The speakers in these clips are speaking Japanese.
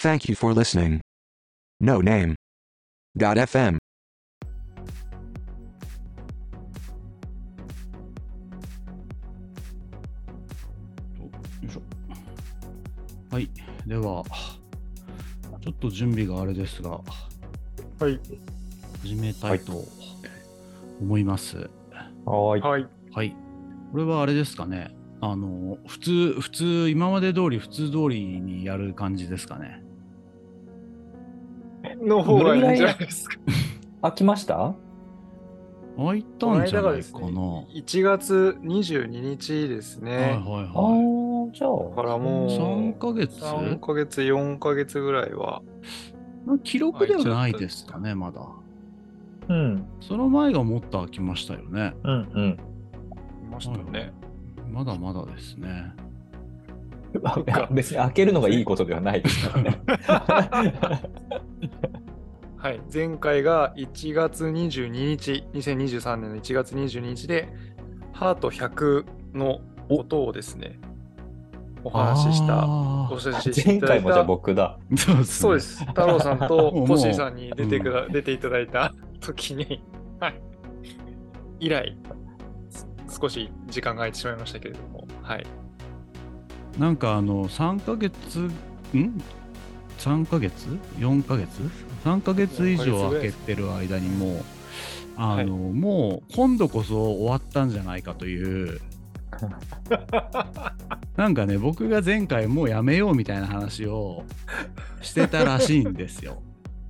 Thank you for listening. No name. .fm よいしょ。はい。では、ちょっと準備があれですが、 はい。 始めたいと思います。 はい。はい。 はい。これはあれですかね。普通、今まで通り、普通通りにやる感じですかね。 の方がいいんじゃないですか。 飽きました？ 開いたんじゃないかな。 1月22日ですね。 はいはいはい。 じゃあ。 だからもう 3ヶ月 ?3 ヶ月、4ヶ月ぐらいは。 記録ではないですかね、まだ。 うん。 その前がもっと開きましたよね。 うんうん。 いましたね。 まだまだですね。 別に開けるのがいいことではないですからね。 はい。前回が1月22日、2023年の1月22日で、ハート100のことをですね、お話しした、お写真していただいた。 前回もじゃあ僕だ。 そうです。太郎さんとポシーさんに出ていただいた時に、はい。以来、少し時間が空いてしまいましたけれども、はい。 なんか3ヶ月、3ヶ月 ?4 ヶ月 ?3 ヶ月以上空けてる間にもう、もう今度こそ終わったんじゃないかというなんかね、僕が前回もうやめようみたいな話をしてたらしいんですよ。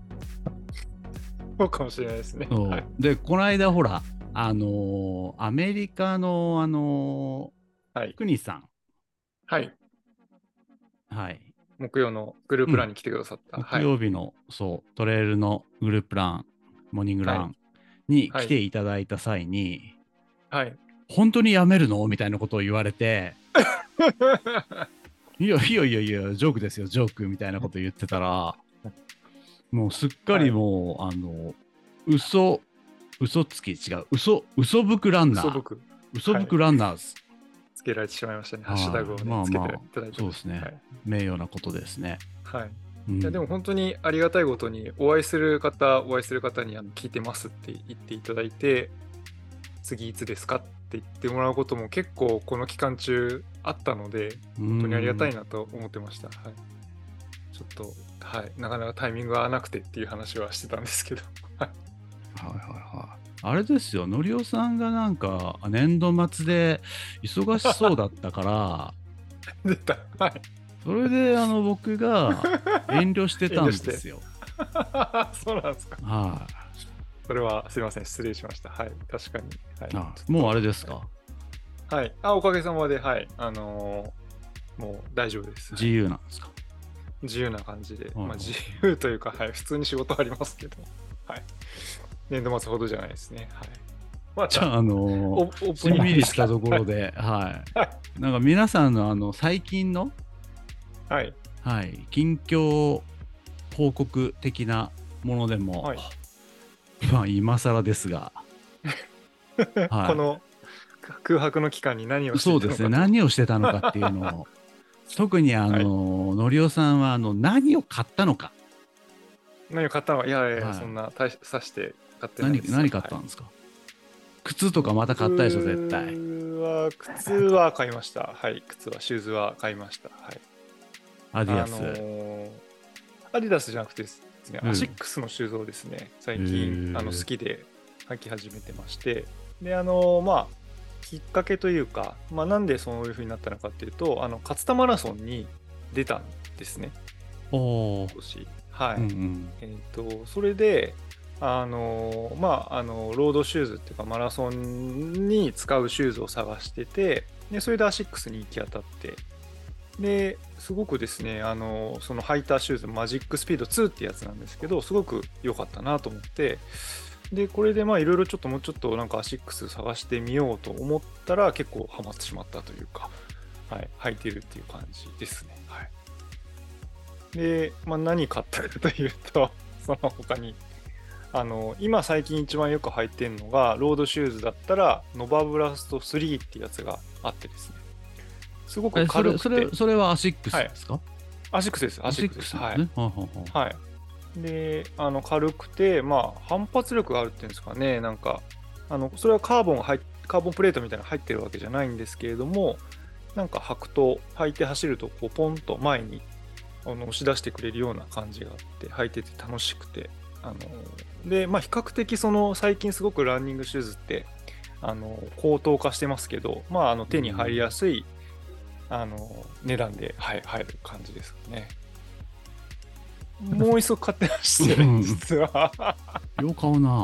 そうかもしれないですね。 はい、で、この間ほら、アメリカの国さん。 はい。 はい。 木曜のグループランに来てくださった。 木曜日の、そう、トレイルのグループラン、モーニングランに来ていただいた際に、 はい。 本当にやめるのみたいなことを言われて、いや、ジョークですよ、ジョークみたいなこと言ってたら、もうすっかりもう、嘘つき、違う、嘘吹くランナー。嘘吹くランナーズ。 つけられてしまいましたね。ハッシュタグをね、つけていただいて。 そうですね。名誉なことですね。 はい。いやでも本当にありがたいことにお会いする方に聞いてますって言っていただいて、次いつですかって言ってもらうことも結構この期間中あったので、本当にありがたいなと思ってました。はい。ちょっと、はい、なかなかタイミングが合わなくてっていう話はしてたんですけど。はいはいはい。あれですよ、のりおさんがなんか年度末で忙しそうだったから出た。はい。 それで僕が遠慮してたんですよ。 そうなんですか。 はい。 それはすいません、失礼しました。はい、確かに。はい、 もうあれですか。 はい。おかげさまで、はい。もう大丈夫です。 自由なんですか。 自由な感じで。まあ自由というか、はい。普通に仕事ありますけど。はい。年度末ほどじゃないですね。はい。 まあ、じゃあ、しんみりしたところで、はい。なんか皆さんの最近の、 はい。 はい。近況報告的なものでも、はい、まあ、今更ですが、 はい、この空白の期間に何をしてたのか。 そうですね。何をしてたのかっていうのを、特にのりおさんは何を買ったのか。 何を買ったのか。いや、そんなさして買ってないです。 何買ったんですか。靴とかまた買ったでしょ、絶対。 靴は買いました。はい。シューズは買いました。はい。 アディダス。 アディダスじゃなくてですね、アシックスのシューズをですね、最近好きで履き始めてまして、で、まあ、きっかけというか、まあ、なんでそういう風になったのかっていうと、勝田マラソンに出たんですね。今年。はい。それで、まあ、ロードシューズっていうか、マラソンに使うシューズを探してて、で、それでアシックスに行き当たって、ですごくですね、その履いたシューズ、マジックスピード2ってやつなんですけど、すごく良かったなと思って、で、これでまあいろいろもうちょっとなんかアシックス探してみようと思ったら結構ハマってしまったというか、はい、履いてるっていう感じですね。はい。で、まあ何買ったかというと、その他に、今最近一番よく履いてるのが、ロードシューズだったら、ノバブラスト3ってやつがあってですね。すごく軽くてそれはアシックスですか？はい、 アシックスです。アシックスです。はい。はい。で、軽くて、まあ、反発力があるっていうんですかね、なんか、それはカーボンプレートみたいなの入ってるわけじゃないんですけれども、なんか履いて走ると、こう、ポンと前に押し出してくれるような感じがあって、履いてて楽しくて、で、まあ、比較的、最近すごくランニングシューズって、高騰化してますけど、まあ、手に入りやすい、値段で、はい、入る感じですかね。もう一足買ってましてね、実は。 よう買うな。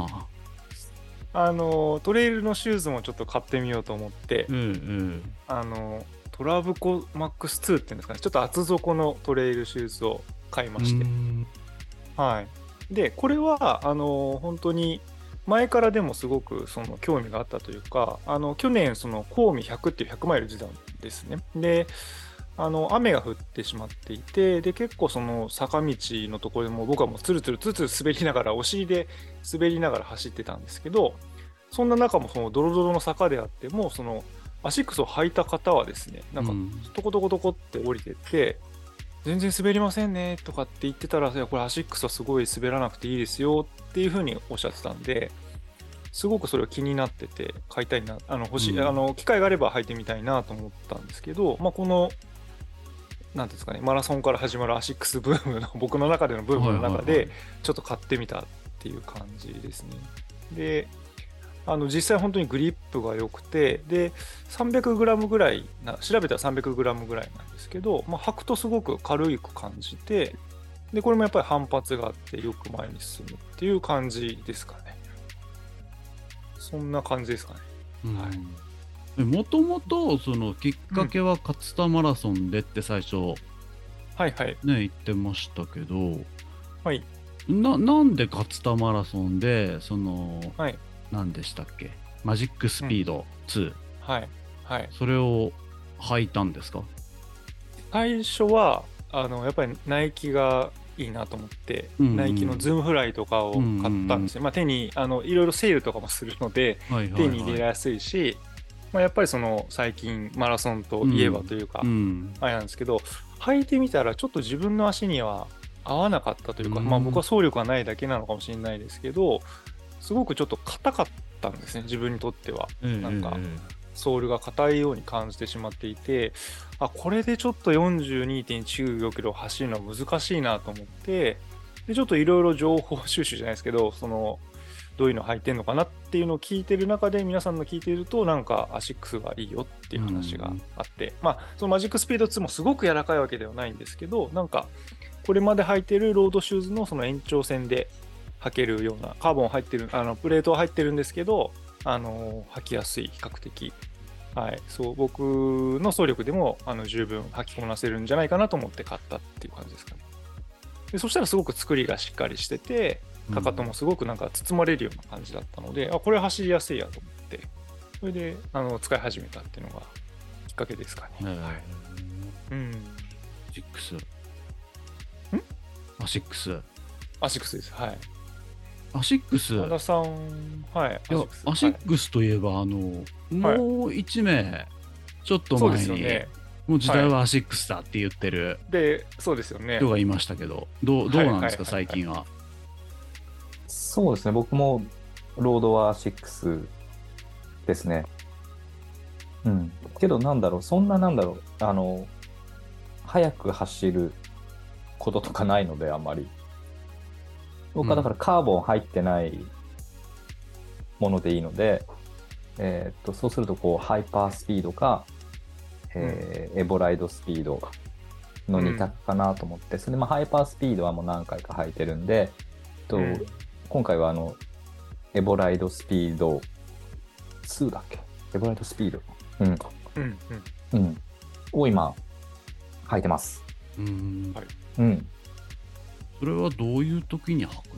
トレイルのシューズもちょっと買ってみようと思って、トラブコマックス2っていうんですかね、ちょっと厚底のトレイルシューズを買いまして。はい。で、これは、本当に、前からでもすごく興味があったというか、去年、コーミ100っていう100マイル出たんですね。で、雨が降ってしまっていて、で、結構坂道のところでも僕はもうツルツル滑りながら、お尻で滑りながら走ってたんですけど、そんな中もドロドロの坂であっても、アシックスを履いた方はですね、なんか、トコトコトコって降りてって、全然滑りませんねとかって言ってたら、いやこれアシックスはすごい滑らなくていいですよっていうふうにおっしゃってたんで、すごくそれが気になってて、買いたいな、機会があれば履いてみたいなと思ったんですけど、まあ、この、なんですかね、マラソンから始まるアシックスブームの、僕の中でのブームの中で、ちょっと買ってみたっていう感じですね。で、実際本当にグリップが良くて、で、300g ぐらい調べたら 300g ぐらいなんですけど、まあ、履くとすごく軽いく感じて、で、これもやっぱり反発があって、よく前に進むっていう感じですかね。そんな感じですかね。はい。 もともときっかけは勝田マラソンでって最初、 はいはい。 ね、言ってましたけど、 はい。 なんで勝田マラソンで、 はい。 何でしたっけ、マジックスピード2、 はい。はい。 それを履いたんですか？ 最初は、やっぱりナイキがいいなと思って、ナイキのズームフライとかを買ったんですよ。まあ、手に、いろいろセールとかもするので、手に入れやすいし、まあ、やっぱり最近マラソンといえばというか、あれなんですけど、履いてみたらちょっと自分の足には合わなかったというか、まあ僕は走力がないだけなのかもしれないですけど、すごくちょっと硬かったんですね、自分にとっては。なんか、ソールが硬いように感じてしまっていて、これでちょっと 42.195 キロ走るのは難しいなと思って、でちょっといろいろ情報収集じゃないですけど、どういうの履いてんのかなっていうのを聞いてる中で、皆さんの聞いてると、なんかアシックスがいいよっていう話があって、まあ、そのマジックスピード2もすごく柔らかいわけではないんですけど、なんか、これまで履いてるロードシューズのその延長線で履けるような、カーボン入ってる、プレートは入ってるんですけど、履きやすい、比較的。はい、そう、僕の走力でも十分履きこなせるんじゃないかなと思って買ったっていう感じですかね。でそしたらすごく作りがしっかりしてて、かかともすごくなんか包まれるような感じだったので、これ走りやすいやと思って、それで使い始めたっていうのがきっかけですかね。はい。 うん。アシックス。アシックス。 アシックスです。はい。 アシックス。 和田さん、はい。 いや、アシックスといえば、もう一名、ちょっと前に、もう時代はアシックスだって言ってる、 で、そうですよね。 人がいましたけど、どうなんですか、最近は。 そうですね、僕もロードはアシックスですね。うん。けど、そんな速く走ることとかないので、あんまり。僕はだからカーボン入ってないものでいいので、そうするとハイパースピードか、エボライドスピードの2択かなと思って、それでハイパースピードはもう何回か履いてるんで、今回はエボライドスピード2だっけ？エボライドスピード。を今履いてます。 はい。 それはどういう時に履くの？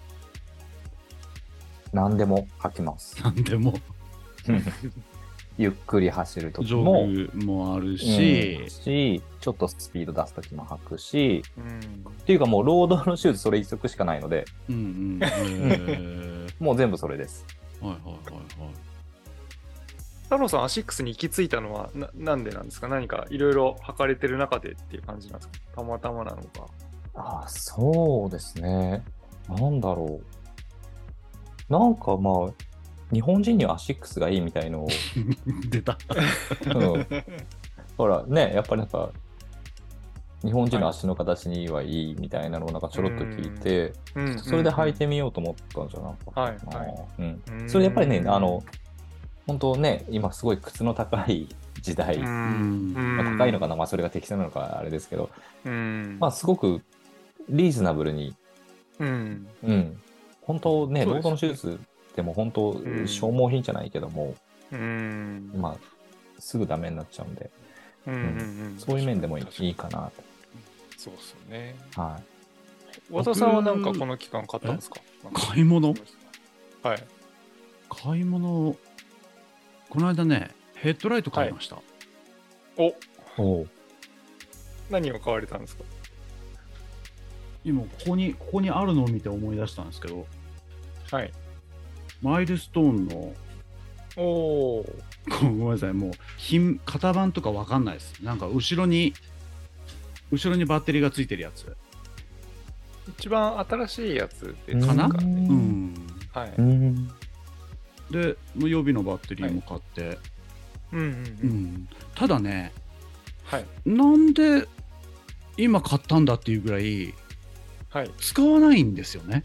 何でも履きます。 何でもゆっくり走る時もジョグもあるし、 ちょっとスピード出す時も履くし、っていうかもうロードのシューズそれ一足しかないので、もう全部それです。 はいはいはいはい。 太郎さん、アシックスに行き着いたのはなんでなんですか？何かいろいろ測れてる中でっていう感じなんですか？たまたまなのか。 あ、そうですね。なんだろう。なんかまあ、日本人にはアシックスがいいみたいのを、 出た。 うん、ほらね、やっぱりなんか、日本人の足の形にはいいみたいなのをなんかちょろっと聞いて、それで履いてみようと思ったんじゃなかったかな。それでやっぱりね、本当ね、今すごい靴の高い時代、まあ、高いのかな、まあ、それが適正なのかあれですけど、まあ、すごくリーズナブルに、本当ね、ロードの手術でも本当消耗品じゃないけども、まあ、すぐダメになっちゃうんで、そういう面でもいいかなと。 そうですよね。 はい。 和田さんはなんかこの期間買ったんですか？ 買い物？ はい。 買い物、この間ね、ヘッドライト買いました。 お何を買われたんですか？ 今ここにあるのを見て思い出したんですけど、 はい。 マイルストーンのごめんなさい、もう型番とかわかんないです。なんか後ろにバッテリーがついてるやつ。 一番新しいやつですかな？ はい。 で、予備のバッテリーも買って、ただね、なんで今買ったんだっていうぐらい、使わないんですよね。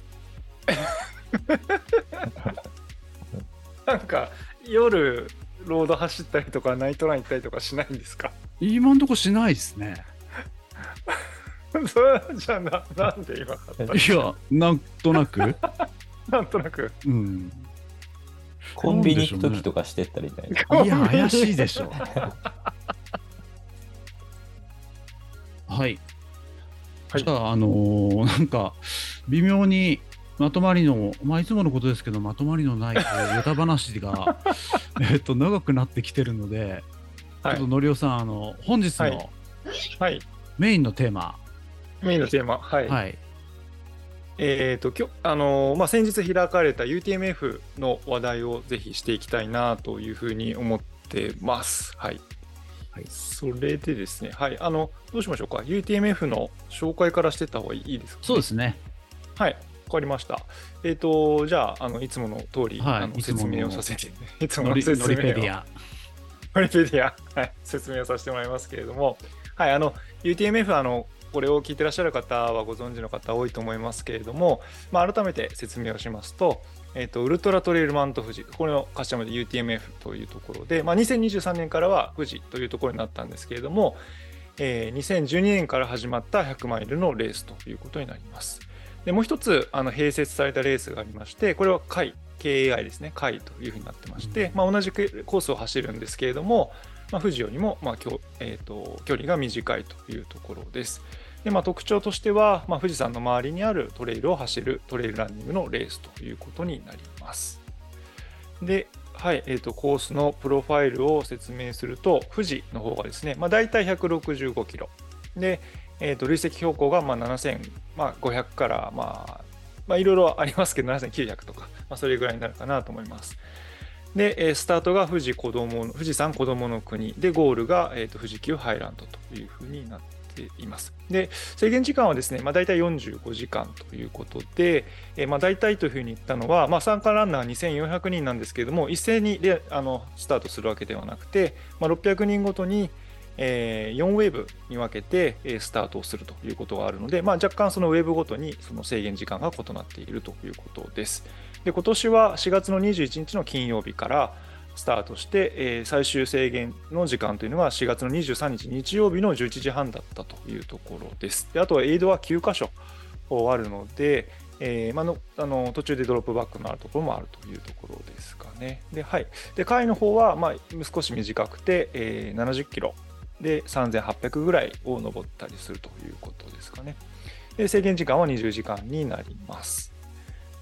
なんか夜ロード走ったりとかナイトラン行ったりとかしないんですか？ 今んとこしないですね。 それじゃあなんで今買った？ いや、なんとなくなんとなく、 コンビニ行く時とかしてったりみたいな。 いや、怪しいでしょ。はい。じゃあ、なんか微妙にまとまりの、まあ、いつものことですけど、まとまりのないヨタ話が長くなってきてるので、ちょっとのりおさん、本日のメインのテーマ。はい。 まあ、先日開かれた UTMF の話題をぜひしていきたいなというふうに思ってます。はい。それでですね、どうしましょうか。UTMF の紹介からしてった方がいいですかね。 そうですね。 はい。わかりました。じゃあ、いつもの通り、説明をさせて、いつもの説明を。ノリペディア。説明をさせてもらいますけれども、UTMF、これを聞いてらっしゃる方はご存知の方多いと思いますけれども、改めて説明をしますと、ウルトラトレイルマウント富士、これの頭文字 UTMF というところで、2023年からは富士というところになったんですけれども、2012年から始まった100マイルのレースということになります。でもう一つ併設されたレースがありまして、これはKAI ですね、KAI というふうになってまして、同じコースを走るんですけれども、富士よりも、距離が短いというところです。で特徴としては、富士山の周りにあるトレイルを走るトレイルランニングのレースということになります。で、コースのプロファイルを説明すると、富士の方がですね、だいたい165キロで、累積標高が7500からいろいろありますけど7900とか、それぐらいになるかなと思います。で、スタートが富士山こどもの国で、ゴールが、富士急ハイランドというふうになっています。で、制限時間はですね、だいたい45時間ということで、だいたいというふうに言ったのは、参加ランナー2400人なんですけれども、一斉にスタートするわけではなくて、600人ごとに4ウェーブに分けてスタートをするということがあるので、若干そのウェーブごとにその制限時間が異なっているということです。で、今年は4月の21日の金曜日からスタートして、最終制限の時間というのが4月の23日日曜日の11時半だったというところです。で、あとはエイドは9箇所あるので、途中でドロップバックのあるところもあるというところですかね。で、回の方は少し短くて、70キロで3800ぐらいを登ったりするということですかね。で、制限時間は20時間になります。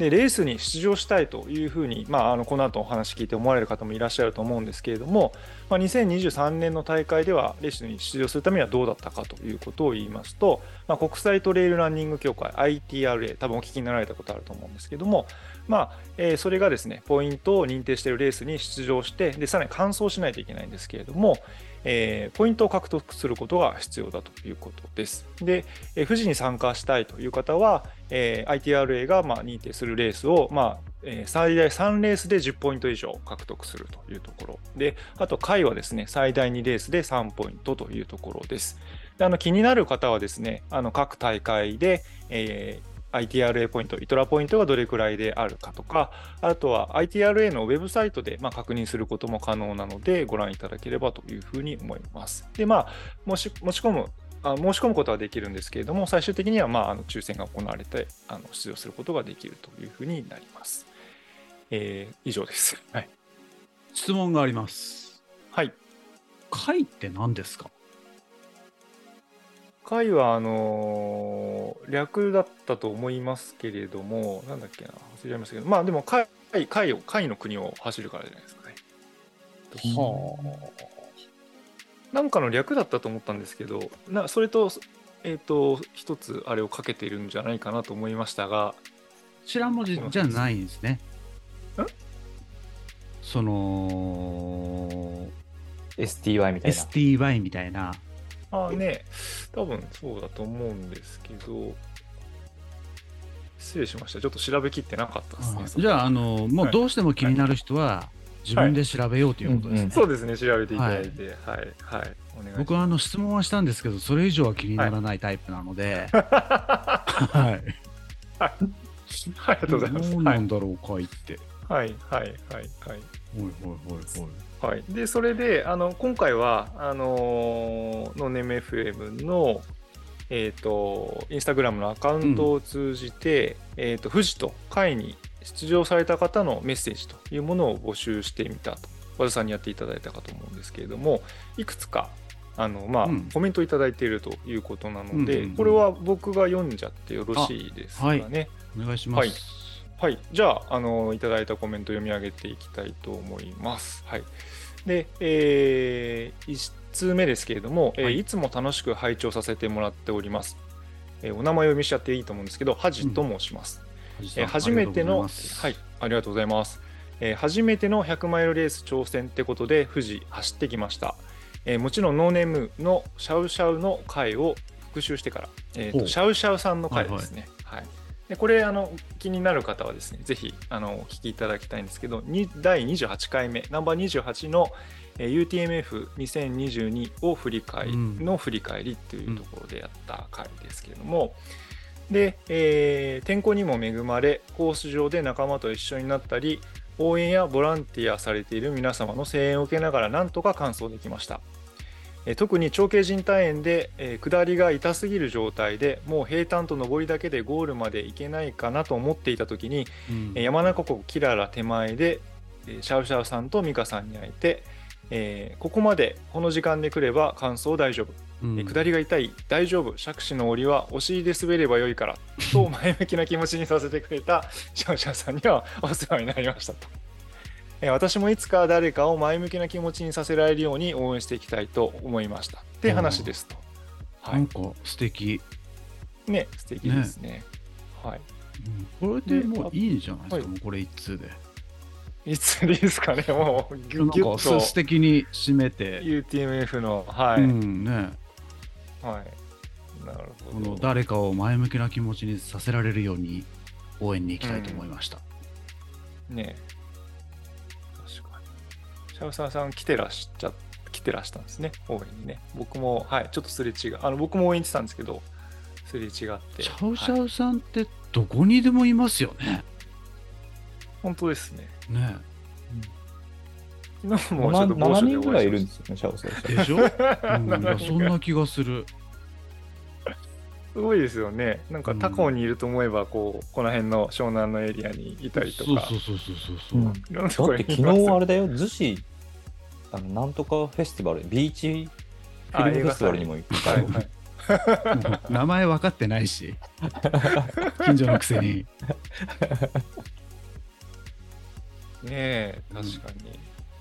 でレースに出場したいというふうに、この後お話聞いて思われる方もいらっしゃると思うんですけれども、2023年の大会ではレースに出場するためにはどうだったかということを言いますと、国際トレイルランニング協会 ITRA、多分お聞きになられたことあると思うんですけども、それがですねポイントを認定しているレースに出場して、でさらに完走しないといけないんですけれども、ポイントを獲得することが必要だということです。で、富士に参加したいという方は、ITRA が認定するレースを、最大3レースで10ポイント以上獲得するというところで、あと下位はですね最大2レースで3ポイントというところです。で気になる方はですね各大会で、ITRA ポイント、イトラポイントがどれくらいであるかとか、あとは ITRA のウェブサイトで確認することも可能なのでご覧いただければというふうに思います。で、申し込むことはできるんですけれども、最終的には抽選が行われて出場することができるというふうになります。以上です。はい。 質問があります。 はい。 会って何ですか？ 会は略だったと思いますけれども、なんだっけな、忘れちゃいましたけど、でも会の国を走るからじゃないですかね。 はあ。 なんかの略だったと思ったんですけど、それと一つあれをかけているんじゃないかなと思いましたが、 頭文字じゃないんですね。その STY みたいな。 STY みたいな。 多分そうだと思うんですけど、失礼しました。ちょっと調べきってなかったですね。 じゃあ、もうどうしても気になる人は自分で調べようということですね。 そうですね、調べていただいて、はい、お願いします。 僕は質問はしたんですけど、それ以上は気にならないタイプなので、はい。 ありがとうございます。 どうなんだろう、会って。 はい。で、それで、今回は、ノーネーム FM の、インスタグラムのアカウントを通じて、富士と会に出場された方のメッセージというものを募集してみたと、和田さんにやっていただいたかと思うんですけれども、いくつか、コメントいただいているということなので、これは僕が読んじゃってよろしいですかね。 お願いします。 はい、じゃあ、いただいたコメント読み上げていきたいと思います。はい。で、1通目ですけれども、いつも楽しく拝聴させてもらっております。お名前を読みしちゃっていいと思うんですけど、ハジと申します。初めての、ありがとうございます。初めての100マイルレース挑戦ってことで、富士走ってきました。もちろんノーネームのシャウシャウの回を復習してから、シャウシャウさんの回ですね。でこれ気になる方はですね、ぜひお聞きいただきたいんですけど、第28回目、ナンバー28の、UTMF2022 を振り返りというところでやった回ですけれども、で、天候にも恵まれ、コース上で仲間と一緒になったり、応援やボランティアされている皆様の声援を受けながらなんとか完走できました。特に長径靭帯炎で、下りが痛すぎる状態でもう平坦と上りだけでゴールまで行けないかなと思っていた時に、山中湖キララ手前で、シャウシャウさんとミカさんに会えて、ここまでこの時間で来れば完走大丈夫、下りが痛い大丈夫、杓子の檻はお尻で滑ればよいからと前向きな気持ちにさせてくれたシャウシャウさんにはお世話になりましたと。私もいつか誰かを前向きな気持ちにさせられるように応援していきたいと思いましたって話ですと。 なんか素敵ね、素敵ですね。はい。 これでもういいんじゃないですか、もうこれ一通で。 いつでいいですかね、もうギュッと素敵に締めて UTMF のなるほど。 誰かを前向きな気持ちにさせられるように応援に行きたいと思いました。 ねえ。シャウサーさん来てらしたんですね、応援にね。僕も、ちょっとすれ違う。僕も応援してたんですけど、すれ違って。シャウシャウさんってどこにでもいますよね。 本当ですね。 ねえ。もうちょっと 7人ぐらいいるんですよね、シャウシャウさん。 でしょ、そんな気がする。 すごいですよね。なんか他校にいると思えばこの辺の湘南のエリアにいたりとか。 そう。 だって昨日あれだよ、逗子なんとかフェスティバル、ビーチフィルムフェスティバルにも行ったよ。 もう名前分かってないし、近所のくせに。 ねえ、確かに。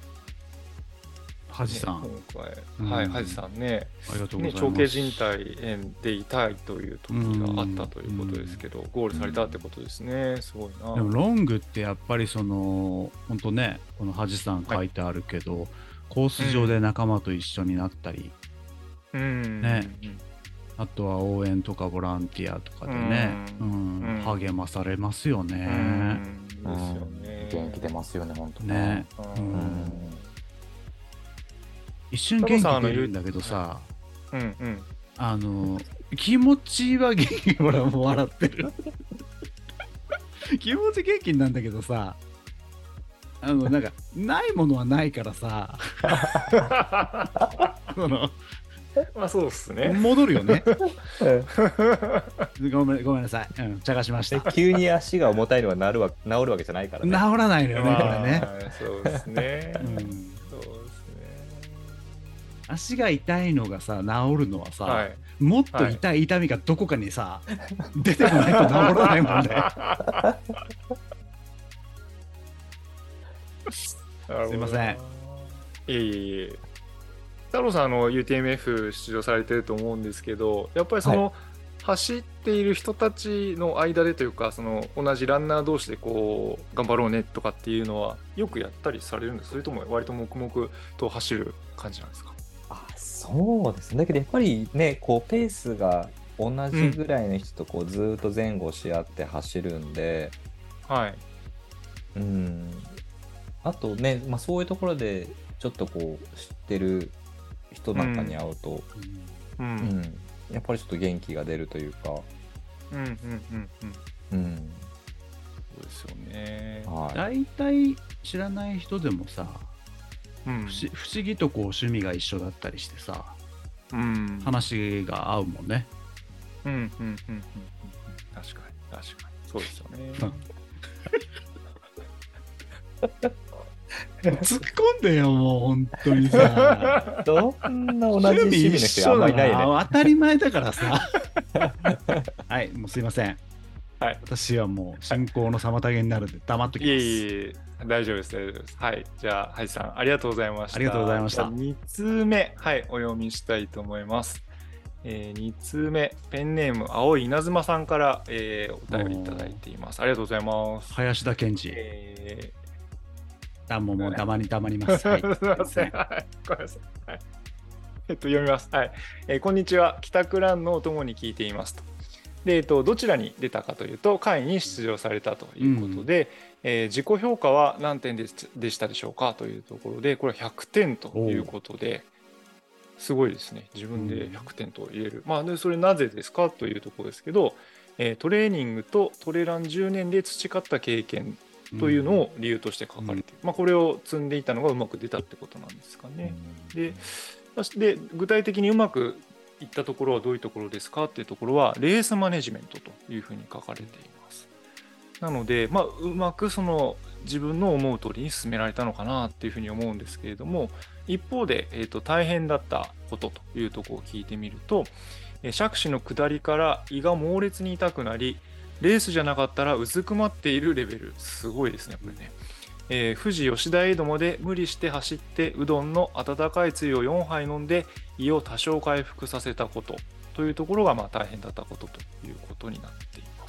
ハジさん、 ね、今回、はい、ハジさんね、 ありがとうございます。 長径靭帯炎で痛いという時があったということですけど、ゴールされたってことですね。すごいな。 でもロングってやっぱりその本当ね、このハジさん書いてあるけど、コース上で仲間と一緒になったり、ね、あとは応援とかボランティアとかでね、励まされますよね。 ですよね。 元気出ますよね、本当ね。一瞬元気出るんだけどさ、気持ちは元気、ほらもう笑ってる。気持ち元気なんだけどさ、なんかないものはないからさ、 まあそうっすね。 戻るよね。ごめんなさい。茶化しました。 急に足が重たいのは治るわけじゃないからね。 治らないのよね、これね。 そうですね。 足が痛いのがさ、治るのはさ、もっと痛い痛みがどこかにさ、出てこないと治らないもんね。すいません。 いえ。太郎さんUTMF 出場されてると思うんですけど、やっぱりその、走っている人たちの間でというか、その同じランナー同士でこう頑張ろうねとかっていうのはよくやったりされるんですか？それとも割と黙々と走る感じなんですか？ そうですね。だけどやっぱりね、こうペースが同じぐらいの人とこうずっと前後し合って走るんで、あとね、そういうところでちょっとこう知ってる人なんかに会うと、やっぱりちょっと元気が出るというか、 そうですよね。 大体知らない人でもさ、不思議とこう趣味が一緒だったりしてさ、話が合うもんね。 確かにそうですよね。 突っ込んでよ、もう本当にさ。 どんな同じ趣味の人あんまりないね。 当たり前だからさ。はい、もうすいません。私はもう進行の妨げになるんで黙っときます。 いえ大丈夫です。はい、じゃあハジさんありがとうございました。 ありがとうございました。 2通目、お読みしたいと思います。2通目、ペンネーム青い稲妻さんから、お便りいただいています。ありがとうございます。 林田健二。もう黙ります。すみません。 ごめんなさい。読みます。こんにちは。帰宅ランのお供に聞いていますと。で、どちらに出たかというと、会に出場されたということで、自己評価は何点でしたでしょうかというところで、これは100点ということで、すごいですね。自分で100点と言える。でそれなぜですかというところですけど、トレーニングとトレラン10年で培った経験というのを理由として書かれている。これを積んでいたのがうまく出たってことなんですかね。で、具体的にうまくいったところはどういうところですかっていうところは、レースマネジメントというふうに書かれています。なので、うまくその自分の思う通りに進められたのかなっていうふうに思うんですけれども、一方で、大変だったことというところを聞いてみると、杓子の下りから胃が猛烈に痛くなり、レースじゃなかったらうずくまっているレベル。すごいですね、これね。富士吉田エイドまで無理して走ってうどんの温かいつゆを4杯飲んで胃を多少回復させたことというところが大変だったことということになっています。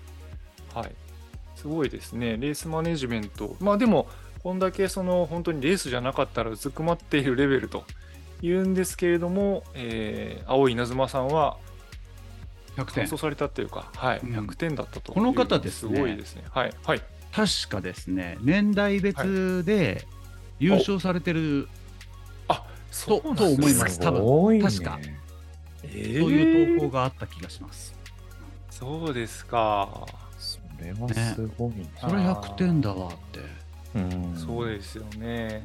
すごいですね。レースマネジメント。でもこんだけ本当にレースじゃなかったらうずくまっているレベルというんですけれども、青い稲妻さんは 100点。 完走されたというか、100点だったという。 この方ですね。 すごいですね。 確かですね、年代別で優勝されてる、と思います。多分確か、そういう投稿があった気がします。 そうですか。 それはすごいね。 それ100点だわって。 そうですよね。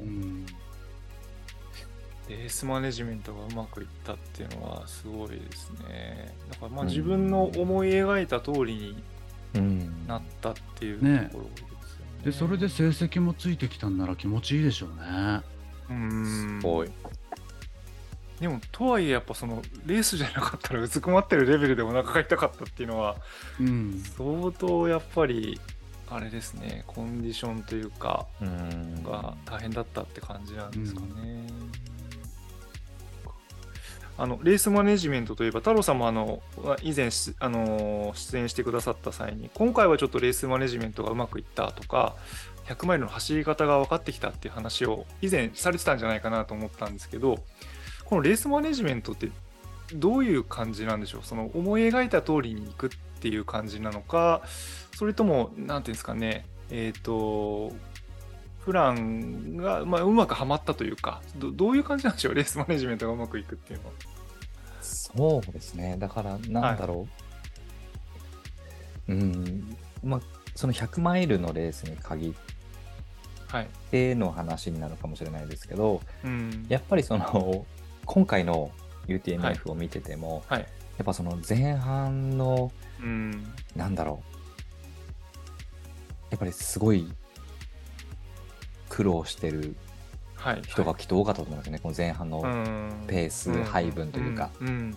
レースマネジメントがうまくいったっていうのはすごいですね。だから自分の思い描いた通りになったっていうところですよね。 でそれで成績もついてきたんなら気持ちいいでしょうね。 すごい。 でもとはいえやっぱそのレースじゃなかったらうずくまってるレベルでお腹が痛かったっていうのはうん相当やっぱりあれですね、コンディションというかが大変だったって感じなんですかね。レースマネジメントといえば太郎さんも以前出演してくださった際に今回はちょっとレースマネジメントがうまくいったとか100マイルの走り方が分かってきたっていう話を以前されてたんじゃないかなと思ったんですけど、このレースマネジメントってどういう感じなんでしょう。その思い描いた通りに行くっていう感じなのか、それともなんていうんですかね、プランが、うまくはまったというか、どういう感じなんでしょう、レースマネジメントがうまくいくっていうのは。 そうですね。だからなんだろう。その100マイルのレースに限っての話になるかもしれないですけど、やっぱりその今回の UTMF を見てても、やっぱその前半の、なんだろう、やっぱりすごい苦労してる人がきっと多かったと思うんですよね、この前半のペース配分というか。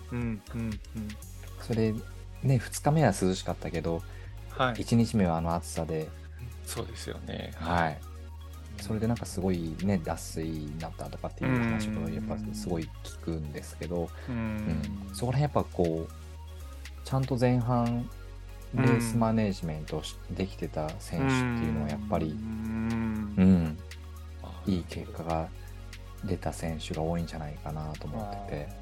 それね、2日目は涼しかったけど、1日目は暑さで、 そうですよね。 それでなんかすごいね、脱水になったとかっていう話もやっぱすごい聞くんですけど、そこら辺やっぱこうちゃんと前半レースマネジメントできてた選手っていうのはやっぱりいい結果が出た選手が多いんじゃないかなと思ってて。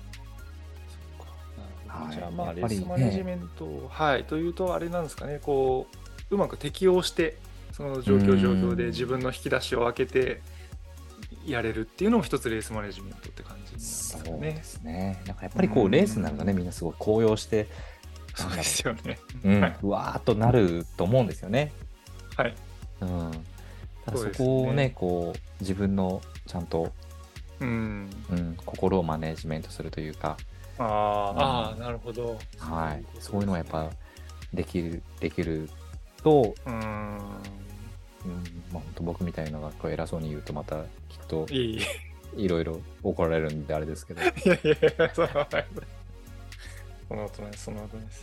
じゃあレースマネジメント、というとあれなんですかね、こううまく適応してその状況で自分の引き出しを開けてやれるっていうのも一つレースマネジメントって感じですかね。 そうですね。なんかやっぱりこうレースになるとね、みんなすごい高揚して、 そうですよね。 うわーっとなると思うんですよね。ただそこをね、こう自分のちゃんと心をマネジメントするというか。 なるほど。 そういうのはやっぱできると、本当僕みたいなのがこう偉そうに言うとまたきっといろいろ怒られるんであれですけど。いやその後です。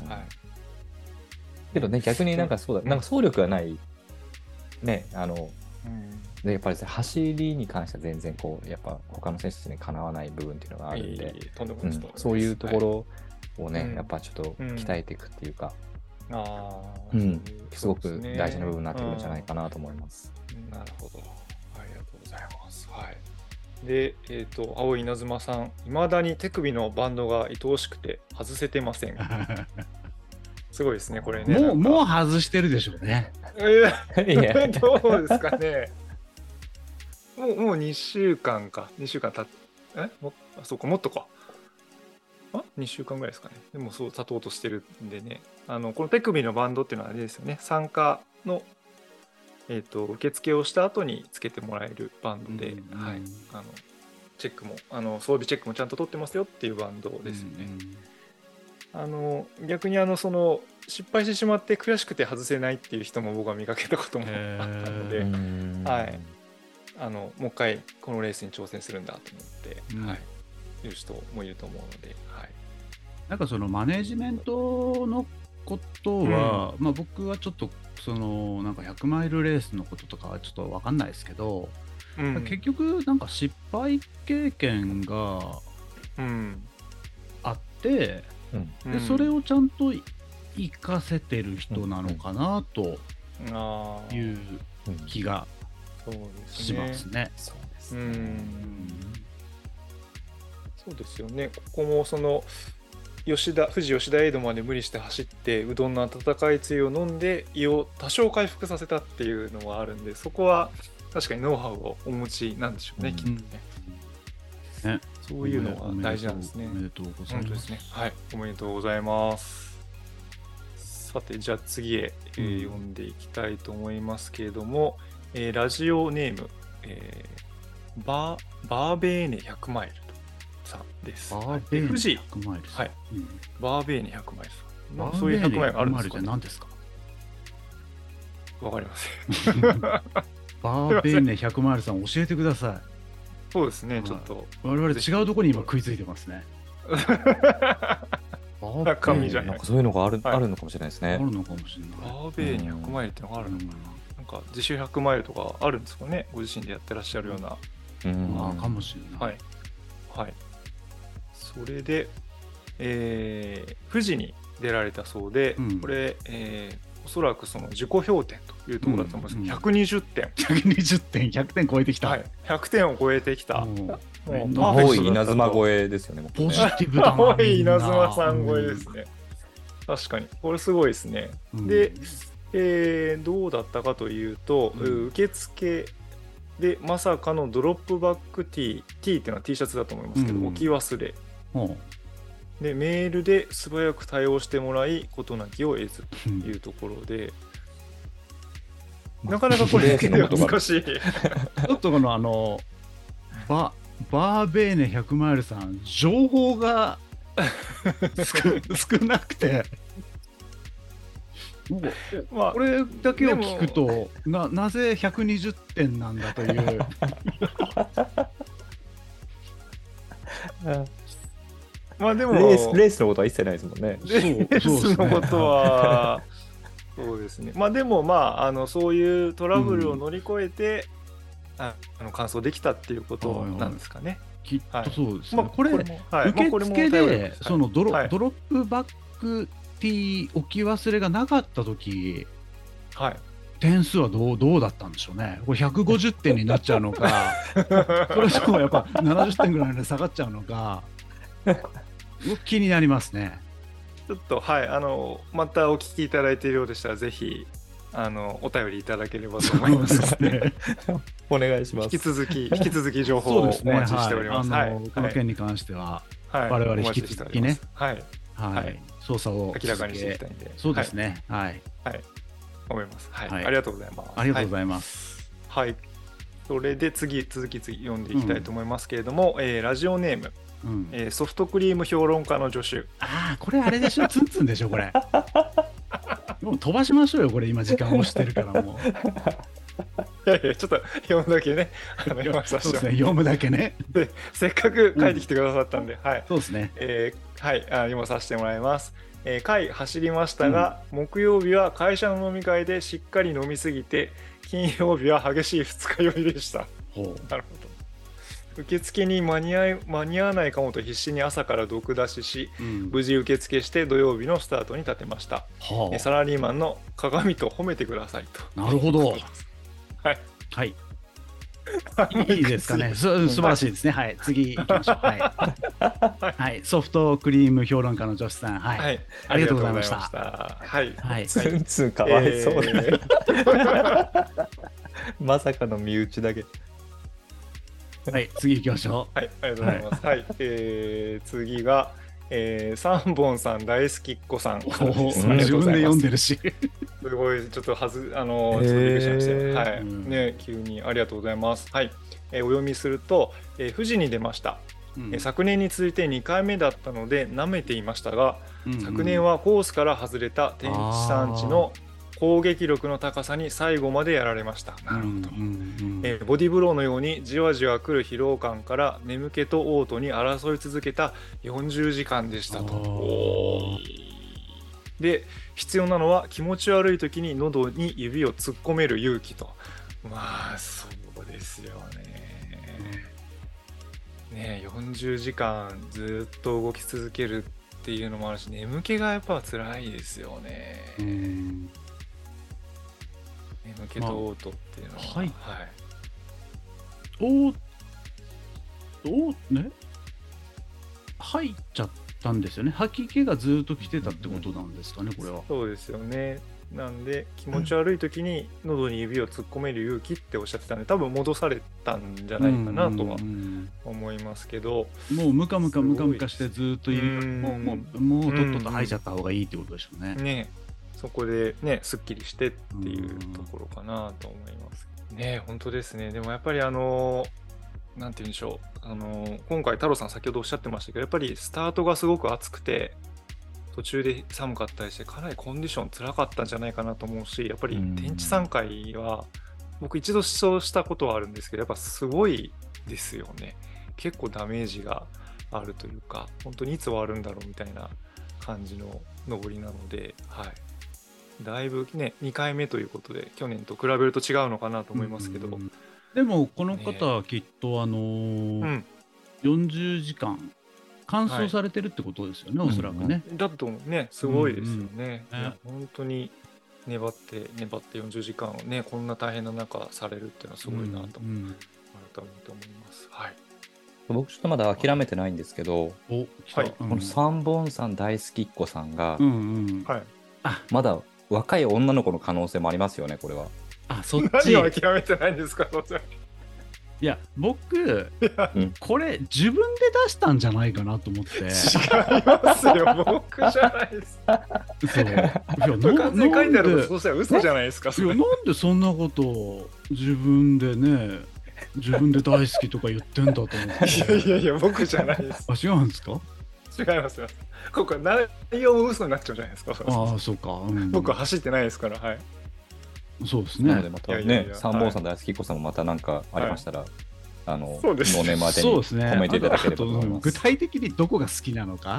けどね、逆になんかそうだ、なんか走力がないね、でやっぱり走りに関しては全然こうやっぱ他の選手にかなわない部分っていうのがあるんで、そういうところをね、やっぱちょっと鍛えていくっていうか、すごく大事な部分になってくるんじゃないかなと思います。 なるほど、ありがとうございます。で、青い稲妻さん、いまだに手首のバンドが愛おしくて外せてません。すごいですね、これね。 もう外してるでしょうね。 どうですかね。もう2週間か。2週間経って、そうか、もっとか。2週間ぐらいですかね。でもそう、経とうとしてるんでね。この手首のバンドっていうのはあれですよね。参加の、受付をした後につけてもらえるバンドで、チェックも、装備チェックもちゃんと取ってますよっていうバンドですよね。逆にその失敗してしまって悔しくて外せないっていう人も僕は見かけたこともあったので、もう一回このレースに挑戦するんだと思って、いう人もいると思うので、 なんかそのマネジメントのことは、僕はちょっとそのなんか100マイルレースのこととかはちょっと分かんないですけど、結局なんか失敗経験があって、でそれをちゃんと活かせてる人なのかなという気がしますね。 そうですよね。ここもその富士吉田エイドまで無理して走ってうどんの温かいつゆを飲んで胃を多少回復させたっていうのがあるんで、そこは確かにノウハウをお持ちなんでしょうね、きっとね。そういうのは大事なんですね。 おめでとうございます。 おめでとうございます。さて、じゃあ次へ、読んでいきたいと思いますけれども、ラジオネーム、バーベーネ100マイルさんです。 バーベーネ100マイルさん。 バーベーネ100マイルさん。 そういう100マイルあるんですか？何ですか？ わかりません。 バーベーネ100マイルさん教えてください。 そうですね、 はいちょっと。 我々違うところに今食いついてますね。 中身じゃないなんかそういうのがある,、 はいあるのかもしれないですね。 あるのかもしれない。 バーベイ200マイルっていうのがあるのかな、 うんなんか自主100マイルとかあるんですかね、ご自身でやってらっしゃるような。 うんあかもしれない。 はい。はい。それで、富士に出られたそうで、 うんこれ、おそらくその自己評点というところだと思うんですけど、120点。 120点、100点超えてきた。 はい、100点を超えてきた。 もうもうめんどパーフェクト青い稲妻超えですよね。もうねポジティブだな。 青い稲みんな妻さん超えですね。確かに。これすごいですね。 うんで、どうだったかというと、 うん受付でまさかのドロップバック T っていうのは T シャツだと思いますけど、 うん置き忘れ。 もで、メールで素早く対応してもらい、事なきを得ずうというところで、なかなかこれレースのことが難しい。 ちょっとこのバーベーネ100マイルさん、情報が少なくて、もうまあこれだけを聞くと、なぜ120点なんだという。 まあでもレースのことは一切ないですもんね。 レースのことは、そうですね。まあでもそういうトラブルを乗り越えて、完走できたっていうことなんですかね。 きっとそうですね。 まあこれ、 もはいまあこれも受付頼りで、 ますそのドロはいップバック T 置き忘れがなかったとき、 はい。 点数はどうだったんでしょうね。これ150点になっちゃうのか、それともやっぱ70点ぐらいまで下がっちゃうのか、気になりますね。 ちょっとまたお聞きいただいているようでしたら、ぜひお便りいただければと思いますそうですね。 お願いします。 引き続き情報をお待ちしております。 はいはい。 この件に関しては、 はい我々 お待ち引きしております続きね、 はい。 はいはい捜査を明らかにしていきたいんで。 そうですね。はい。 はい。思います。はい。 はいありがとうございます。 ありがとうございます。 はい。それで続き読んでいきたいと思いますけれども、ラジオネーム、 うんソフトクリーム評論家の助手。 ああ、これあれでしょ、ツンツンでしょ、これ。もう飛ばしましょうよ、これ、今、時間押してるから、もう。 いやいや、ちょっと読むだけね、読まさせてもらそうですね、読むだけね。 って、せっかく書いてきてくださったんで、はい。 そうですね。 はい、読まさせてもらいます。回走りましたが、木曜日は会社の飲み会でしっかり飲みすぎて、金曜日は激しい二日酔いでした。 ほう。 なるほど。受付に間に合わないかもと必死に朝から毒出しし、 うん無事受付して土曜日のスタートに立てました。 はサラリーマンの鏡と褒めてくださいと。 あ、なるほど。 はい。 はい。いいですかね。素晴らしいですね。はい。次行きましょう。はい。はい。ソフトクリーム評論家の女子さん。はい。 はい。 ありがとうございましたありがとうございましたはい。 はい。 ツンツンかわいそうで、まさかの身内だけ。 はい。次行きましょはい、ありがとうございます。はい、次が、三本さん大好きっ子さん。 う。 ありがとうございます自分で読んでるし。 すごい、ちょっとちょっとびっくりしましたよ。はい、 うんね、急にありがとうございます。はい、お読みすると、富士に出ました。昨年に続いて2回目だったので舐めていましたが、昨年はコースから外れた天地山地の攻撃力の高さに最後までやられました。なるほど。ボディブローのようにじわじわ来る疲労感から眠気と嘔吐に争い続けた40時間でしたと。で、必要なのは気持ち悪い時に喉に指を突っ込める勇気と。まあそうですよね。ね、40時間ずっと動き続けるっていうのもあるし、眠気がやっぱ辛いですよね。眠気と嘔吐っていうのは、 はいね、入っちゃったんですよね。吐き気がずっと来てたってことなんですかね、これは。 そうですよね。なんで気持ち悪い時に喉に指を突っ込める勇気っておっしゃってたんで、多分戻されたんじゃないかなとは思いますけど、 もうムカムカしてずっといる、もうとっとと吐いちゃった方がいいってことでしょうね。 ね、そこでねすっきりしてっていうところかなと思いますね。本当ですね。でもやっぱりなんて言うんでしょう、今回太郎さん先ほどおっしゃってましたけど、やっぱりスタートがすごく暑くて途中で寒かったりして、かなりコンディション辛かったんじゃないかなと思うし、やっぱり天地3回は僕一度視聴したことはあるんですけど、やっぱすごいですよね。結構ダメージがあるというか、本当にいつ終わるんだろうみたいな感じの上りなので、はい、だいぶね2回目ということで去年と比べると違うのかなと思いますけど、 でもこの方はきっと40時間完走されてるってことですよね、おそらくね。 だと思うね、すごいですよね。本当に粘って40時間をね、こんな大変な中されるっていうのはすごいなと改めて思います。はい。 僕ちょっとまだ諦めてないんですけど、 はい、 この三本さん大好きっ子さんが、 はい、 まだ若い女の子の可能性もありますよね、これは。 そっち。 何を諦めてないんですか、 いや、僕、これ自分で出したんじゃないかなと思って。 違いますよ、僕じゃないです。そう。いや、完全に書いてあること、そうしたら嘘じゃないですか。 いや、なんでそんなことを自分でね、自分で大好きとか言ってんだと思って。 いや、僕じゃないです。 違うんですか？ 違いますよ。ここ内容も嘘になっちゃうじゃないですか。 そうか。 僕は走ってないですから、はい。 そうですね。 なのでまたね、三本さん大好きっ子さんもまた何かありましたら、 そうですノーネーマーでコメントいただければと思います。 具体的にどこが好きなのか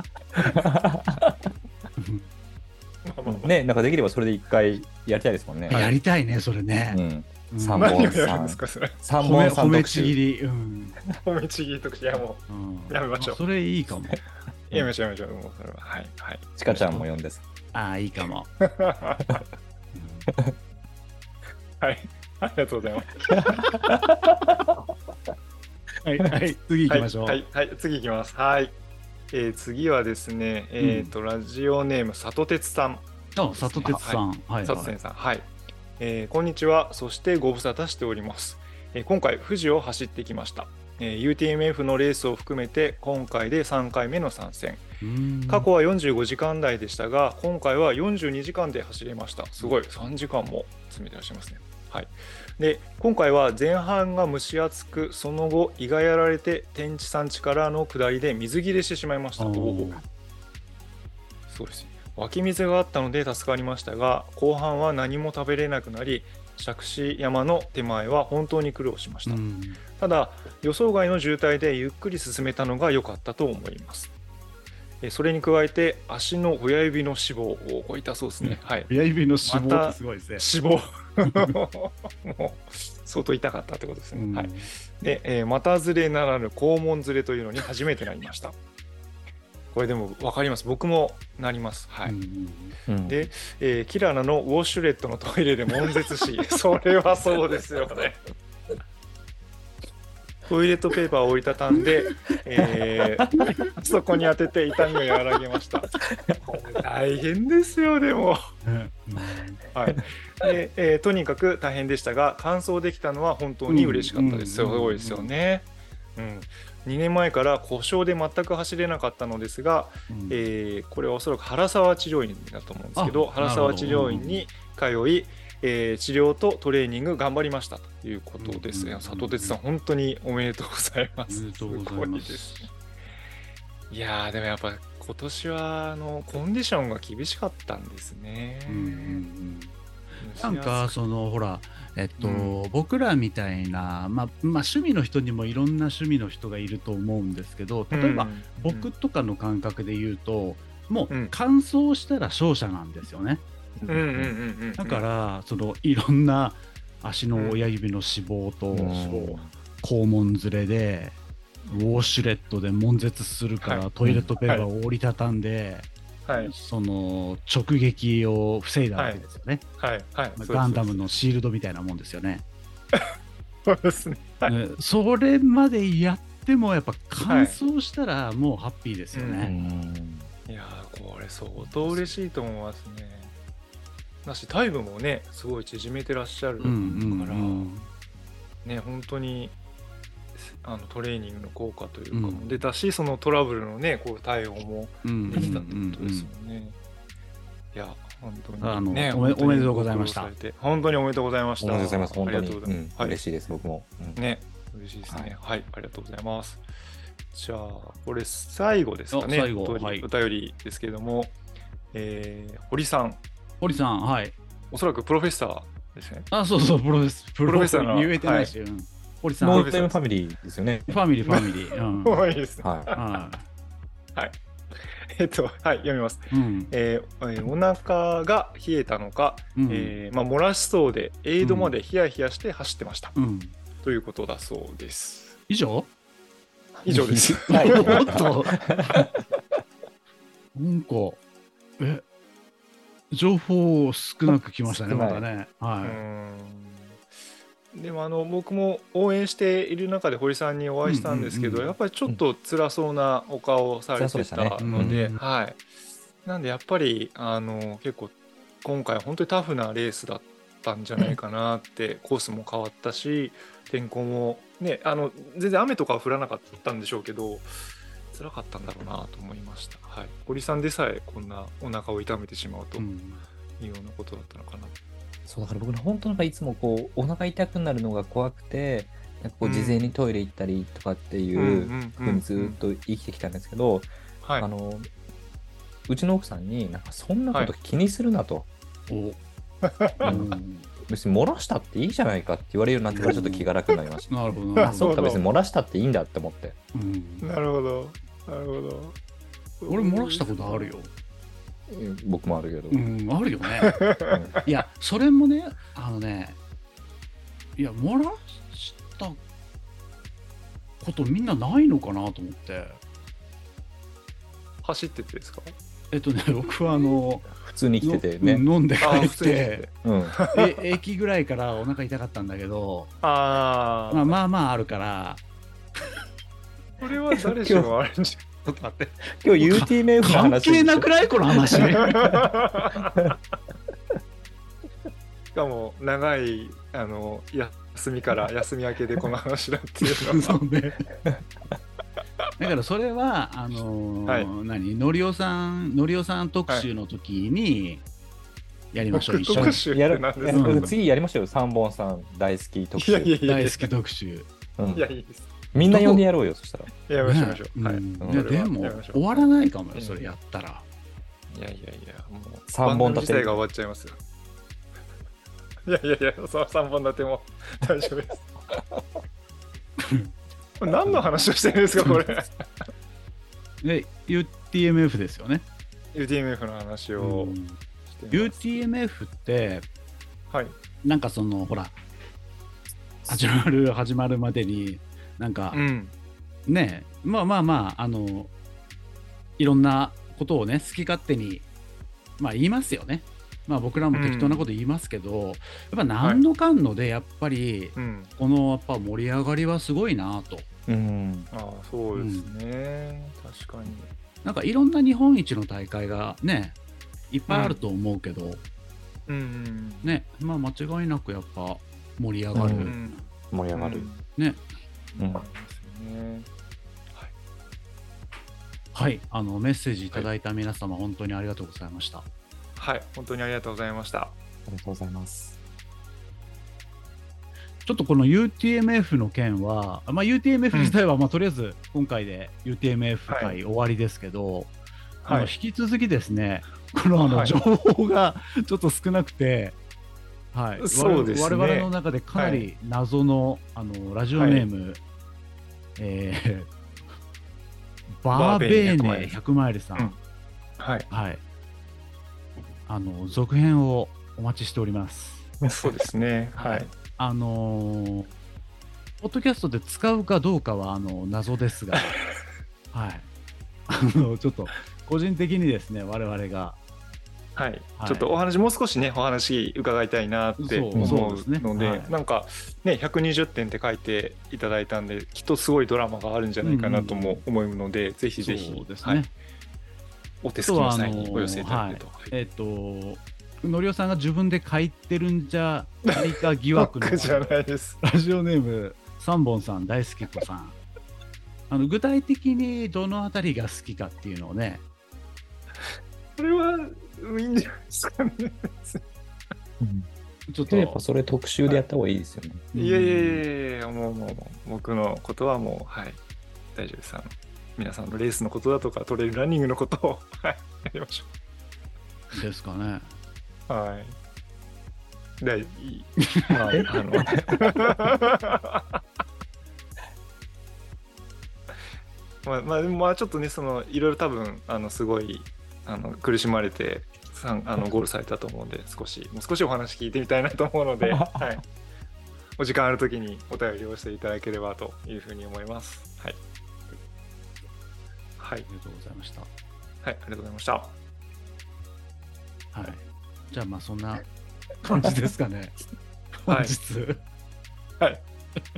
ね、なんかできればそれで一回やりたいですもんね。 やりたいね、それね。 三本さん。 三本さん褒めちぎり。 褒めちぎり特集。いや、もう、やめましょう。 それいいかも。 やめましょう。もうそれは。はい。 ちかちゃんも読んでさ。 いいかも。 はい、ありがとうございます。 はい、次行きましょう。 はい、次行きます。はい。次はですね、ラジオネーム、里鉄さん。 里鉄さん。 里鉄さん。はい。こんにちは。そしてご無沙汰しております。今回、富士を走ってきました。UTMF のレースを含めて、今回で3回目の参戦。過去は45時間台でしたが、今回は42時間で走れました。すごい、3時間も詰めてらっしゃいますね。はい、で今回は前半が蒸し暑く、その後胃がやられて天地山地からの下りで水切れしてしまいました。そうですね、湧き水があったので助かりましたが、後半は何も食べれなくなり、杓子山の手前は本当に苦労しました。ただ予想外の渋滞でゆっくり進めたのが良かったと思います。それに加えて足の親指の脂肪を超えたそうですね。はい、 親指の脂肪ってすごいですね。 脂肪もう相当痛かったってことですね。はい、で、股ずれならぬ肛門ずれというのに初めてなりました。これでも分かります。僕もなります。はい。で、キララのウォシュレットのトイレで悶絶し、それはそうですよね。トイレットペーパーを折りたたんで、そこに当てて痛みを和らげました。大変ですよ、でも。はい。で、とにかく大変でしたが、完走できたのは本当に嬉しかったです。すごいですよね。2年前から故障で全く走れなかったのですが、これはおそらく原沢治療院だと思うんですけど、原沢治療院に通い、治療とトレーニング頑張りましたということですね。里鉄さん、本当におめでとうございます。 おめでとうございます。 いやー、でもやっぱ今年はコンディションが厳しかったんですね。 なんかほら、僕らみたいな、趣味の人にもいろんな趣味の人がいると思うんですけど、例えば僕とかの感覚で言うと、もう完走したら勝者なんですよね。だからいろんな足の親指の脂肪と肛門ずれでウォーシュレットで悶絶するから、トイレットペーパーを折りたたんで、その直撃を防いだわけですよね。ガンダムのシールドみたいなもんですよね。 そうですね。 それまでやってもやっぱ完走したらもうハッピーですよね。 いやー、これ相当嬉しいと思いますね。だしタイムもね、すごい縮めてらっしゃるから、ね、本当にトレーニングの効果というかも出たし、そのトラブルのね、こう対応もできたってことですよね。いや、本当にね、 おめでとうございました。 本当におめでとうございました。 おめでとうございます。本当に嬉しいです、僕も。 ね、嬉しいですね。はい、ありがとうございます。じゃあ、これ最後ですかね。お便りですけれども、堀さん。 はい。 おそらくプロフェッサーですね。 そう、プロフェッサー言えてないし。 堀さん。 ノータイムファミリーですよね。 ファミリー。うん。 多いですね。 ははい。はい、読みます。 うんお腹が冷えたのか、漏らしそうで、エイドまでヒヤヒヤして走ってました。ということだそうです。 以上です。 はい。 おっと。なんか、情報少なく来ましたね、またね。 でも僕も応援している中で堀さんにお会いしたんですけど、やっぱりちょっと辛そうなお顔をされてたので、なんでやっぱり結構今回本当にタフなレースだったんじゃないかなって、コースも変わったし天候もね、全然雨とかは降らなかったんでしょうけど辛かったんだろうなと思いました。堀さんでさえこんなお腹を痛めてしまうというようなことだったのかな。 そうだから僕本当なんかいつもこうお腹痛くなるのが怖くて、なんかこう事前にトイレ行ったりとかっていう風にずっと生きてきたんですけど、うちの奥さんになんかそんなこと気にするなと、別に漏らしたっていいじゃないかって言われるようになってからちょっと気が楽になりました。 なるほど。 そうか、別に漏らしたっていいんだって思って。 なるほど。 俺漏らしたことあるよ。 僕もあるけど。 あるよね。いや、それもね、いや、漏らしたことみんなないのかなと思って。 走っててですか？ 僕は普通に来ててね。 飲んで帰って、駅ぐらいからお腹痛かったんだけど、まああるから。 これは誰しもあるんじゃちょっと待って。 今日 UTMF の話関係なくないこの話。しかも長い休みから休み明けでこの話だっていうのそうね。だからそれはのりおさん特集の時にやりましょう。一緒に次やりましょう。三本さん大好き特集。 大好き特集。 いやいいです。 みんな呼んでやろうよ、そしたら。 やりましょう。 でも終わらないかもよ、それやったら。 いや、もう 3本立てが終わっちゃいますよ。いや、その3本立ても大丈夫です。何の話をしてるんですか、これ。 で、UTMF ですよね。 UTMF の話をしてます。UTMF って、なんかほら、始まるまでに、なんか、ね、まあいろんなことをね、好き勝手に言いますよね。僕らも適当なこと言いますけど、やっぱ何のかんのでやっぱりこのやっぱ盛り上がりはすごいなと。 そうですね。確かに。 なんかいろんな日本一の大会がね、いっぱいあると思うけど、ね、間違いなくやっぱ盛り上がる。 盛り上がる。 ね。はい、メッセージいただいた皆様、本当にありがとうございました。 はい、本当にありがとうございました。 ありがとうございます。 ちょっとこの UTMF の件は、UTMF 自体はとりあえず今回で UTMF 回終わりですけど、引き続きですね、この情報がちょっと少なくて、 そうですね、 我々の中でかなり謎の、ラジオネーム、バーベーネ100マイルさん、続編をお待ちしております。 そうですね。 ポッドキャストで使うかどうかは謎ですが、ちょっと個人的にですね、我々がちょっとお話もう少しね、お話伺いたいなって思うので、なんかね、120点って書いていただいたんで、きっとすごいドラマがあるんじゃないかなとも思うので、ぜひぜひお手すきの際にお寄せいただけると。 のりおさんが自分で書いてるんじゃないか疑惑のじゃないです。 ラジオネーム3本さん大好き子さん、具体的にどのあたりが好きかっていうのをね、 これはいいんじゃないですかね。 ちょっとやっぱそれ特集でやった方がいいですよね。 いやもう僕のことはもう大丈夫です。皆さんのレースのことだとかトレイルランニングのことをやりましょう。ですかね。 はい。 でもちょっとね、いろいろ多分すごい苦しまれてゴールされたと思うんで、もう少しお話聞いてみたいなと思うので、はい、お時間あるときにお便りをしていただければというふうに思います。はい。はい。 ありがとうございました。 はい、ありがとうございました。 はい。じゃあまあそんな感じですかね。本日。 はい。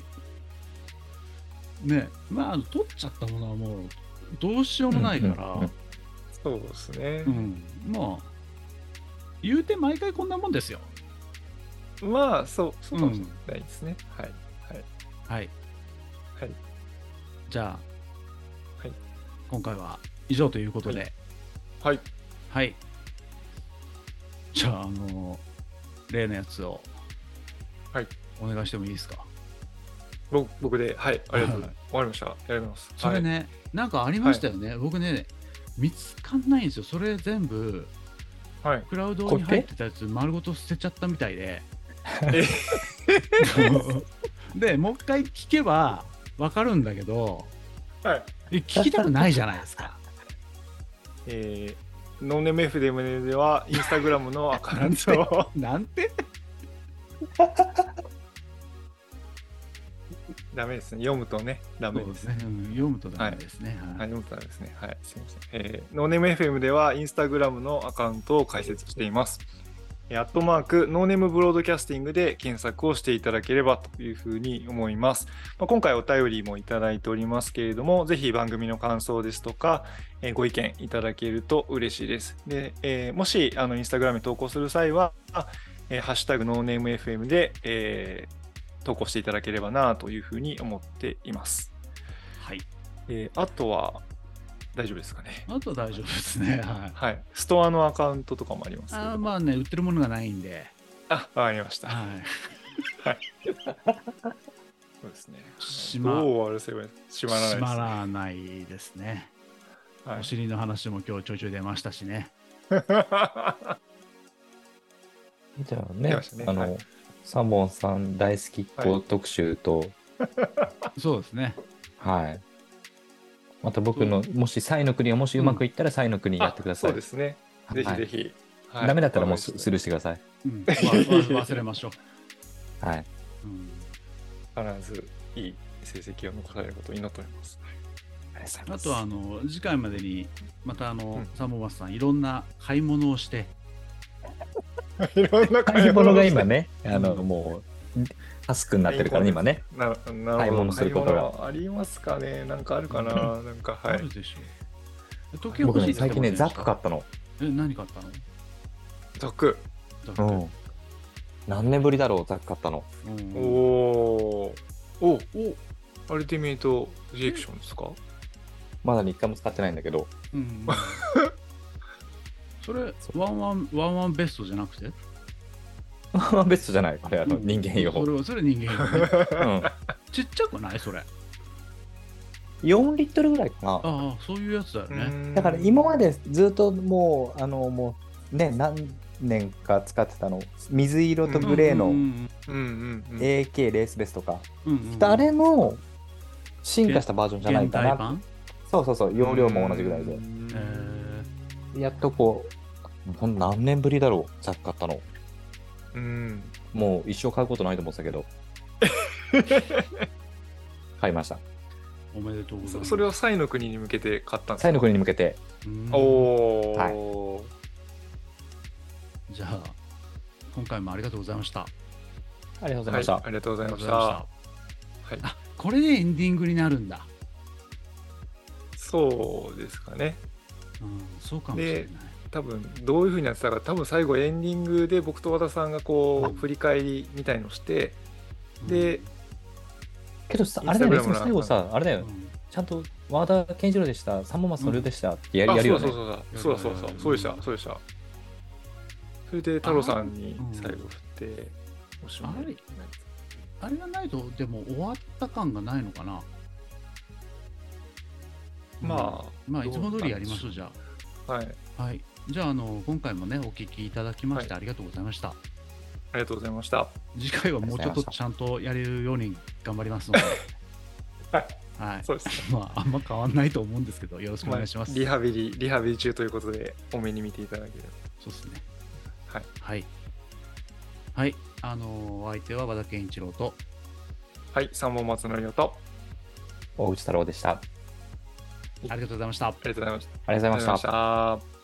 ね、まあ取っちゃったものはもうどうしようもないから。 そうですね。 まあ言うて毎回こんなもんですよ。 まあそうかもしれないですね。はいはい。じゃあ、 はい、 今回は以上ということで。 はい。 はい。じゃあ例のやつをお願いしてもいいですか。 僕で、はい、ありがとうございます。わかりました。やります。 それね、なんかありましたよね。僕ね、見つかんないんですよ。それ全部、クラウドに入ってたやつ丸ごと捨てちゃったみたいで。で、もう一回聞けばわかるんだけど、聞きたくないじゃないですか。 ノーネーム FM ではインスタグラムのアカウントをなんてダメですね。読むとね、ダメですね。 読むとダメですね。 読むとダメですね。はい、すみません。ノーネーム FM ではインスタグラムのアカウントを開設しています。アットマークノーネームブロードキャスティングで検索をしていただければというふうに思います。今回お便りもいただいておりますけれども、ぜひ番組の感想ですとか、ご意見いただけると嬉しいです。で、もしインスタグラムに投稿する際は、ハッシュタグノーネーム FM で、投稿していただければなというふうに思っています。 はい。 あとは大丈夫ですかね。 あと大丈夫ですね。 はい。ストアのアカウントとかもありますけど。 まあね、売ってるものがないんで。 わかりました。 はい。 はい。そうですね。どう終わらせば閉まらないですね。 閉まらないですね。お尻の話も今日ちょいちょい出ましたしね。 じゃあね、サモンさん大好きっ子特集と、 そうですね。 はい。また僕のもしサイの国がもしうまくいったらサイの国やってください。 そうですね。ぜひぜひ。 ダメだったらもうスルーしてください。 忘れましょう。はい。 必ずいい成績を残されることを祈っております。 あとは次回までにまたサモマスさんいろんな買い物をして。 いろんな買い物が今ね、もうタスクになってるからね、今ね。 買い物することがありますかね。なんかあるかな。なんかあるでしょう。 僕ね、最近ね、ザック買ったの。 何買ったの？ ザック。 何年ぶりだろう、ザック買ったの。 おアルティメイトリエクションですか？ まだ1回も使ってないんだけど。 それワンワンベストじゃなくて？ ワンワンベストじゃない。これ人間用。 それ人間用。ちっちゃくないそれ ？4リットルぐらいかな。 ああ、そういうやつだよね。 だから今までずっともうね、何年か使ってたの、水色とグレーの AK レースベストか、あれの進化したバージョンじゃないかな。そう容量も同じぐらいで、やっとこう何年ぶりだろう、ザック買ったの。もう一生買うことないと思ってたけど買いました。 おめでとうございます。 それはサイの国に向けて買ったんですか？ サイの国に向けて。 じゃあ今回もありがとうございました。 ありがとうございました。 ありがとうございました。 これでエンディングになるんだ。 そうですかね。 そうかもしれない。 多分どういう風にやってたか、多分最後エンディングで僕と和田さんがこう振り返りみたいのして、でけどさ、あれだよね、いつも最後さ、あれだよ、ちゃんと和田健次郎でした、サンボマスのりょうでしたってやるよね。 そうでした。それで太郎さんに最後振って、 あれがないとでも終わった感がないのかな。まあいつも通りやりましょう。じゃあはい。じゃあ今回もねお聞きいただきましてありがとうございました。 ありがとうございました。 次回はもうちょっとちゃんとやれるように頑張りますので。 はい。 そうですね。 まあ、あんま変わんないと思うんですけど、よろしくお願いします。 リハビリ中ということで、多めに見ていただければ。 そうですね。 はい。 はい。はい。お相手は和田健一郎と、 はい、三本松のりおと、 大内太郎でした。 ありがとうございました。 ありがとうございました。 ありがとうございました。 ありがとうございました。